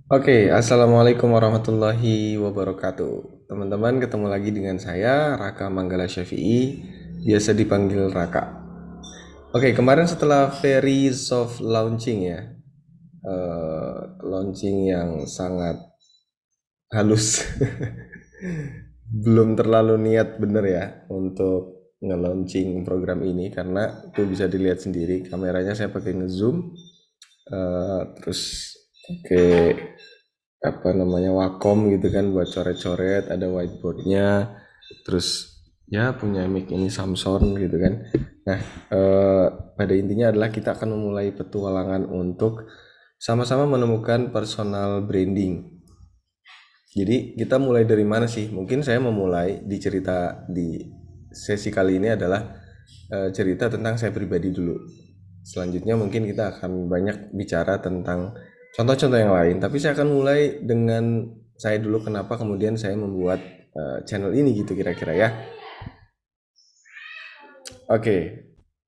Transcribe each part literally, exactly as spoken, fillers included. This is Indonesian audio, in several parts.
Oke, Assalamualaikum warahmatullahi wabarakatuh. Teman-teman, ketemu lagi dengan saya, Raka Manggala Syafi'i, biasa dipanggil Raka. Oke, kemarin setelah very soft launching ya, eh, launching yang sangat halus, belum terlalu niat bener ya untuk nge-launching program ini karena itu bisa dilihat sendiri kameranya saya pakai nge-zoom, eh, terus pakai apa namanya Wacom gitu kan buat coret-coret, ada whiteboardnya, terus ya punya mic ini Samsung gitu kan. Nah, eh, pada intinya adalah kita akan memulai petualangan untuk sama-sama menemukan personal branding. Jadi kita mulai dari mana sih? Mungkin saya memulai di cerita di sesi kali ini adalah eh, cerita tentang saya pribadi dulu. Selanjutnya mungkin kita akan banyak bicara tentang contoh-contoh yang lain. Tapi saya akan mulai dengan saya dulu kenapa kemudian saya membuat eh, channel ini gitu kira-kira ya. Oke,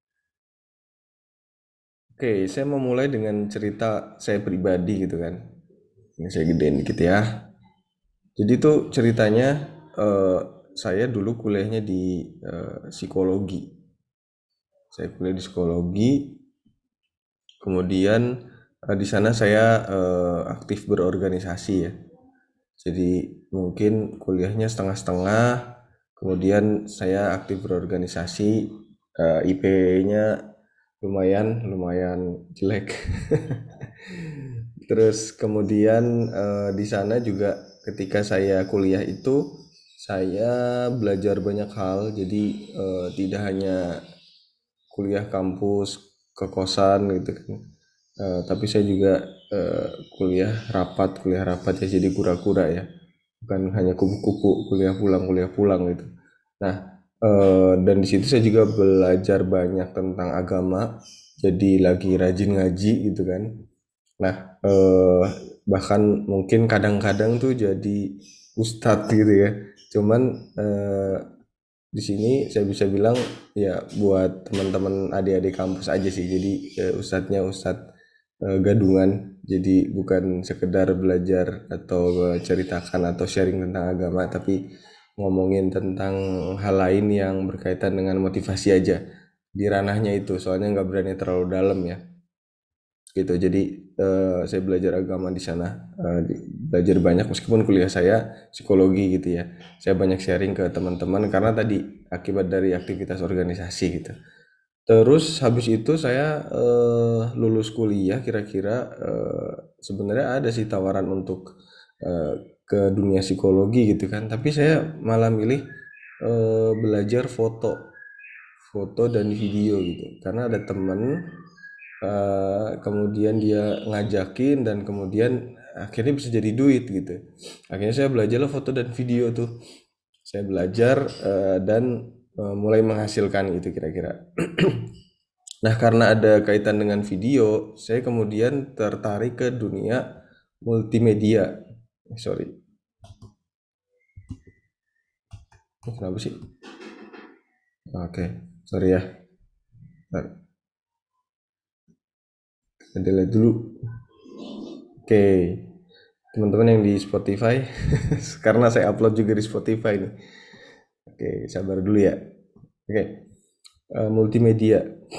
oke, saya memulai dengan cerita saya pribadi gitu kan. Ini saya gedein dikit ya. Jadi tuh ceritanya eh, saya dulu kuliahnya di eh, psikologi. Saya kuliah di psikologi, kemudian eh, di sana saya eh, aktif berorganisasi ya. Jadi mungkin kuliahnya setengah-setengah, kemudian saya aktif berorganisasi, eh, I P-nya lumayan lumayan jelek. Terus kemudian eh, di sana juga ketika saya kuliah itu saya belajar banyak hal. Jadi eh, tidak hanya kuliah kampus ke kosan gitu kan. Eh, tapi saya juga eh, kuliah rapat, kuliah rapat ya jadi kura-kura ya. Bukan hanya kupu-kupu kuliah pulang, kuliah pulang gitu. Nah, eh, dan di situ saya juga belajar banyak tentang agama. Jadi lagi rajin ngaji gitu kan. Nah, eh, bahkan mungkin kadang-kadang tuh jadi ustadz gitu ya. Cuman eh, di sini saya bisa bilang ya buat teman-teman adik-adik kampus aja sih. Jadi eh, ustadznya ustadz eh, gadungan. Jadi bukan sekedar belajar atau eh, ceritakan atau sharing tentang agama, tapi ngomongin tentang hal lain yang berkaitan dengan motivasi aja di ranahnya itu. Soalnya nggak berani terlalu dalam ya gitu. Jadi eh, saya belajar agama di sana, eh, di- belajar banyak meskipun kuliah saya psikologi gitu ya. Saya banyak sharing ke teman-teman karena tadi akibat dari aktivitas organisasi gitu. Terus habis itu saya eh, lulus kuliah kira-kira eh, sebenarnya ada sih tawaran untuk eh, ke dunia psikologi gitu kan, tapi saya malah milih eh, belajar foto foto dan video gitu karena ada temen eh, kemudian dia ngajakin dan kemudian akhirnya bisa jadi duit gitu. Akhirnya saya belajarlah foto dan video tuh. Saya belajar eh, dan eh, mulai menghasilkan gitu kira-kira. Nah, karena ada kaitan dengan video, saya kemudian tertarik ke dunia multimedia. Eh, Sorry, ini kenapa sih? Oke, sorry ya. Bentar, delete dulu. Oke, teman-teman yang di Spotify, karena saya upload juga di Spotify nih. Oke, sabar dulu ya. Oke, eh, multimedia.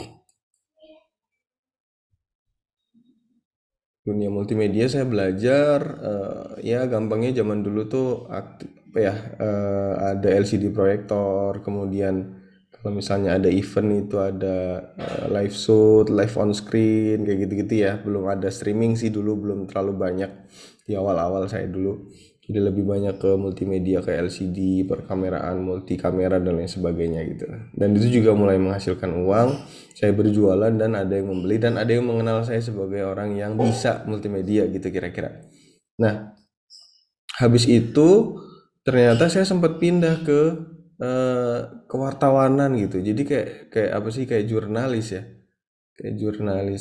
Dunia multimedia saya belajar, eh, ya gampangnya zaman dulu tuh akti- apa ya, eh, ada L C D proyektor, kemudian kalau misalnya ada event itu ada eh, live shoot, live on screen kayak gitu-gitu ya. Belum ada streaming sih dulu, belum terlalu banyak di awal-awal saya dulu. Jadi lebih banyak ke multimedia kayak L C D, perkameraan, multi kamera dan lain sebagainya gitu. Dan itu juga mulai menghasilkan uang. Saya berjualan dan ada yang membeli dan ada yang mengenal saya sebagai orang yang bisa multimedia gitu kira-kira. Nah, habis itu ternyata saya sempat pindah ke eh, kewartawanan gitu. Jadi kayak kayak apa sih kayak jurnalis ya. Kayak jurnalis,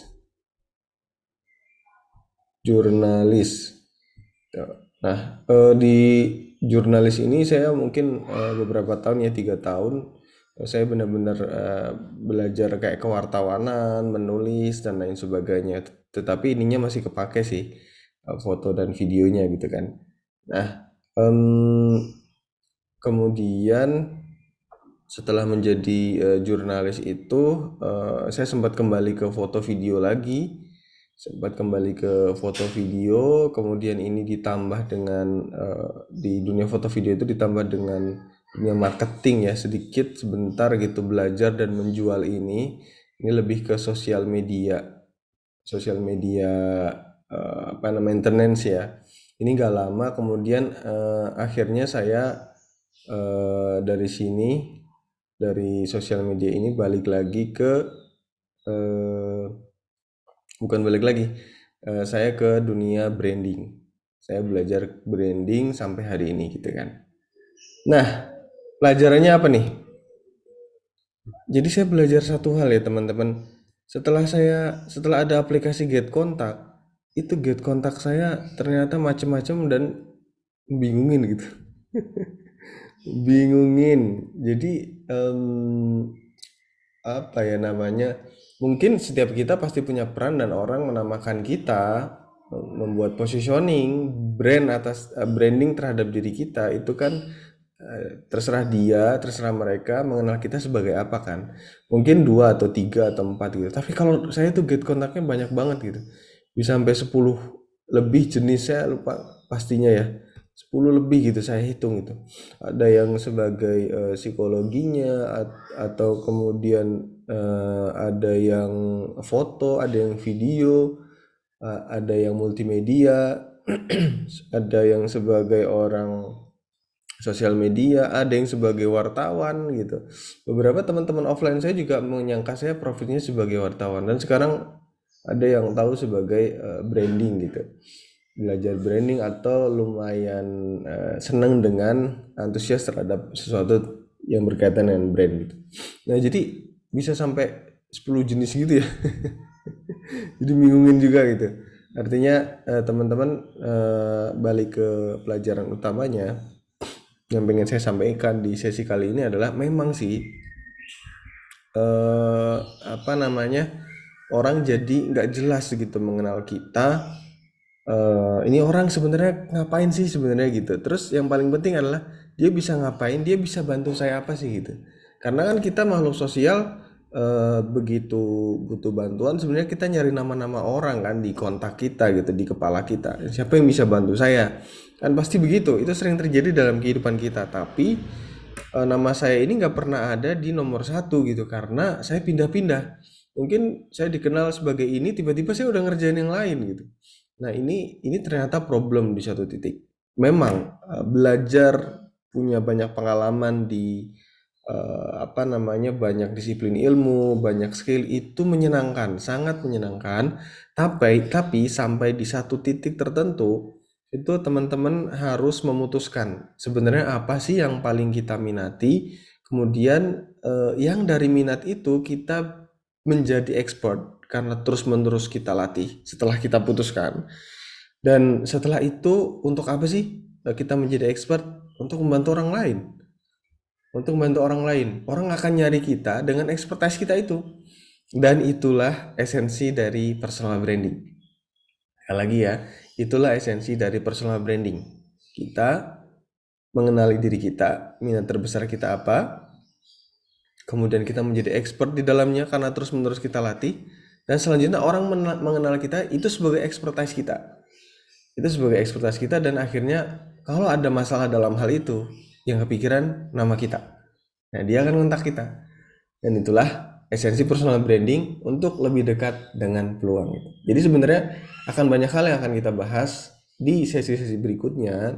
jurnalis. Nah, eh, di jurnalis ini saya mungkin eh, beberapa tahun ya tiga tahun eh, saya benar-benar eh, belajar kayak kewartawanan, menulis dan lain sebagainya. Tetapi ininya masih kepake sih. uh, foto dan videonya gitu kan. Nah, em, kemudian setelah menjadi uh, jurnalis itu, uh, saya sempat kembali ke foto video lagi, sempat kembali ke foto video, kemudian ini ditambah dengan uh, di dunia foto video itu ditambah dengan dunia marketing ya, sedikit sebentar gitu belajar dan menjual ini. Ini lebih ke sosial media, sosial media uh, apa namanya maintenance ya. Ini gak lama kemudian uh, akhirnya saya uh, dari sini dari sosial media ini balik lagi ke eh, bukan balik lagi eh, saya ke dunia branding. Saya belajar branding sampai hari ini gitu kan. Nah, pelajarannya apa nih? Jadi saya belajar satu hal ya teman-teman. Setelah saya setelah ada aplikasi Get Kontak, itu Get Kontak saya ternyata macem-macem dan bingungin gitu. Bingungin. Jadi em, apa ya namanya, mungkin setiap kita pasti punya peran dan orang menamakan kita, membuat positioning brand atas eh, branding terhadap diri kita itu kan eh, terserah dia, terserah mereka mengenal kita sebagai apa kan, mungkin dua atau tiga atau empat gitu, tapi kalau saya tuh get kontaknya banyak banget gitu, bisa sampai sepuluh lebih jenis, saya lupa pastinya ya, sepuluh lebih gitu saya hitung itu. Ada yang sebagai eh, psikologinya at- atau kemudian eh, ada yang foto, ada yang video, eh, ada yang multimedia, ada yang sebagai orang sosial media, ada yang sebagai wartawan gitu. Beberapa teman-teman offline saya juga menyangka saya profilnya sebagai wartawan dan sekarang ada yang tahu sebagai eh, branding gitu. Belajar branding atau lumayan eh, senang dengan antusias terhadap sesuatu yang berkaitan dengan brand gitu. Nah, jadi bisa sampai sepuluh jenis gitu ya. Jadi bingungin juga gitu. Artinya eh, teman-teman eh, balik ke pelajaran utamanya yang pengen saya sampaikan di sesi kali ini adalah memang sih eh, apa namanya, orang jadi nggak jelas gitu mengenal kita. Eh, ini orang sebenarnya ngapain sih sebenarnya gitu. Terus yang paling penting adalah dia bisa ngapain, dia bisa bantu saya apa sih gitu. Karena kan kita makhluk sosial, eh, begitu butuh bantuan sebenarnya kita nyari nama-nama orang kan di kontak kita gitu, di kepala kita. Siapa yang bisa bantu saya? Kan pasti begitu. Itu sering terjadi dalam kehidupan kita. Tapi eh, nama saya ini nggak pernah ada di nomor satu gitu karena saya pindah-pindah. Mungkin saya dikenal sebagai ini, tiba-tiba saya udah ngerjain yang lain gitu. Nah, ini ini ternyata problem di satu titik. Memang eh, belajar punya banyak pengalaman di eh, apa namanya, banyak disiplin ilmu, banyak skill itu menyenangkan, sangat menyenangkan. Tapi tapi sampai di satu titik tertentu itu teman-teman harus memutuskan sebenarnya apa sih yang paling kita minati. Kemudian eh, yang dari minat itu kita menjadi expert karena terus-menerus kita latih setelah kita putuskan. Dan setelah itu untuk apa sih eh, kita menjadi expert? Untuk membantu orang lain. Untuk membantu orang lain. Orang akan nyari kita dengan expertise kita itu. Dan itulah esensi dari personal branding. Sekali lagi ya, itulah esensi dari personal branding. Kita mengenali diri kita, minat terbesar kita apa, kemudian kita menjadi expert di dalamnya karena terus-menerus kita latih, dan selanjutnya orang mengenal kita itu sebagai expertise kita. Itu sebagai expertise kita dan akhirnya kalau ada masalah dalam hal itu, yang kepikiran nama kita. Nah, dia akan kontak kita. Dan itulah esensi personal branding untuk lebih dekat dengan peluang itu. Jadi sebenarnya akan banyak hal yang akan kita bahas di sesi-sesi berikutnya,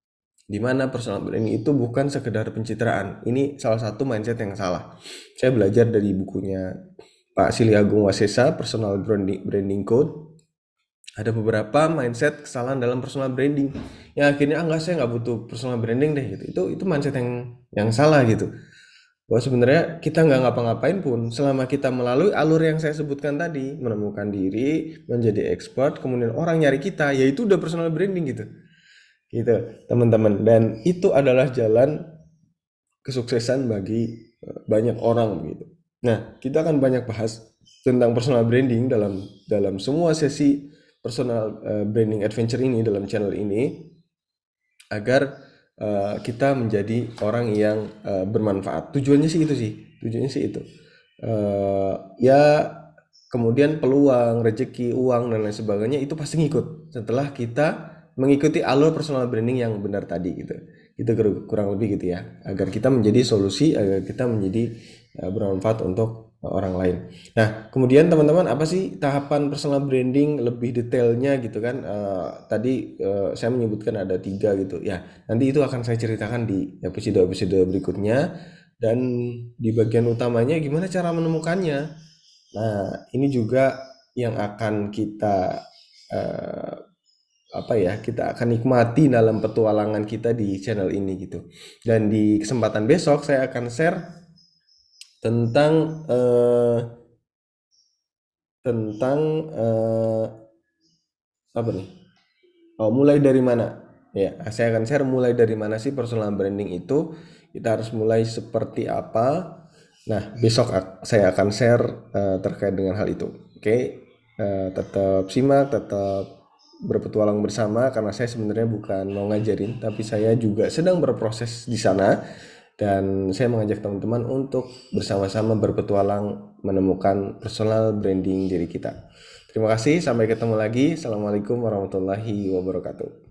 di mana personal branding itu bukan sekedar pencitraan. Ini salah satu mindset yang salah. Saya belajar dari bukunya Pak Sili Agung Wasesa, Personal Branding, Branding Code. Ada beberapa mindset kesalahan dalam personal branding. Yang akhirnya, ah enggak, saya nggak butuh personal branding deh gitu. Itu itu mindset yang yang salah gitu. Bahwa sebenarnya kita nggak ngapa-ngapain pun selama kita melalui alur yang saya sebutkan tadi, menemukan diri, menjadi expert, kemudian orang nyari kita, ya itu udah personal branding gitu. Gitu, teman-teman. Dan itu adalah jalan kesuksesan bagi eh, banyak orang gitu. Nah, kita akan banyak bahas tentang personal branding dalam dalam semua sesi personal uh, branding adventure ini dalam channel ini agar uh, kita menjadi orang yang uh, bermanfaat. Tujuannya sih itu sih, tujuannya sih itu. Uh, ya kemudian peluang, rezeki, uang dan lain sebagainya itu pasti ngikut setelah kita mengikuti alur personal branding yang benar tadi gitu. Itu kurang lebih gitu ya. Agar kita menjadi solusi, agar kita menjadi uh, bermanfaat untuk uh, orang lain. Nah, kemudian teman-teman apa sih tahapan personal branding lebih detailnya gitu kan? Uh, tadi uh, saya menyebutkan ada tiga gitu ya. Nanti itu akan saya ceritakan di episode-episode berikutnya. Dan di bagian utamanya gimana cara menemukannya. Nah, ini juga yang akan kita uh, apa ya, kita akan nikmati dalam petualangan kita di channel ini gitu. Dan di kesempatan besok saya akan share tentang uh, tentang uh, apa nih? Oh, mulai dari mana? Ya, saya akan share mulai dari mana sih personal branding itu. Kita harus mulai seperti apa. Nah, besok saya akan share uh, terkait dengan hal itu. Oke, uh, tetap simak, tetap berpetualang bersama karena saya sebenarnya bukan mau ngajarin, tapi saya juga sedang berproses di sana dan saya mengajak teman-teman untuk bersama-sama berpetualang menemukan personal branding diri kita. Terima kasih, sampai ketemu lagi. Assalamualaikum warahmatullahi wabarakatuh.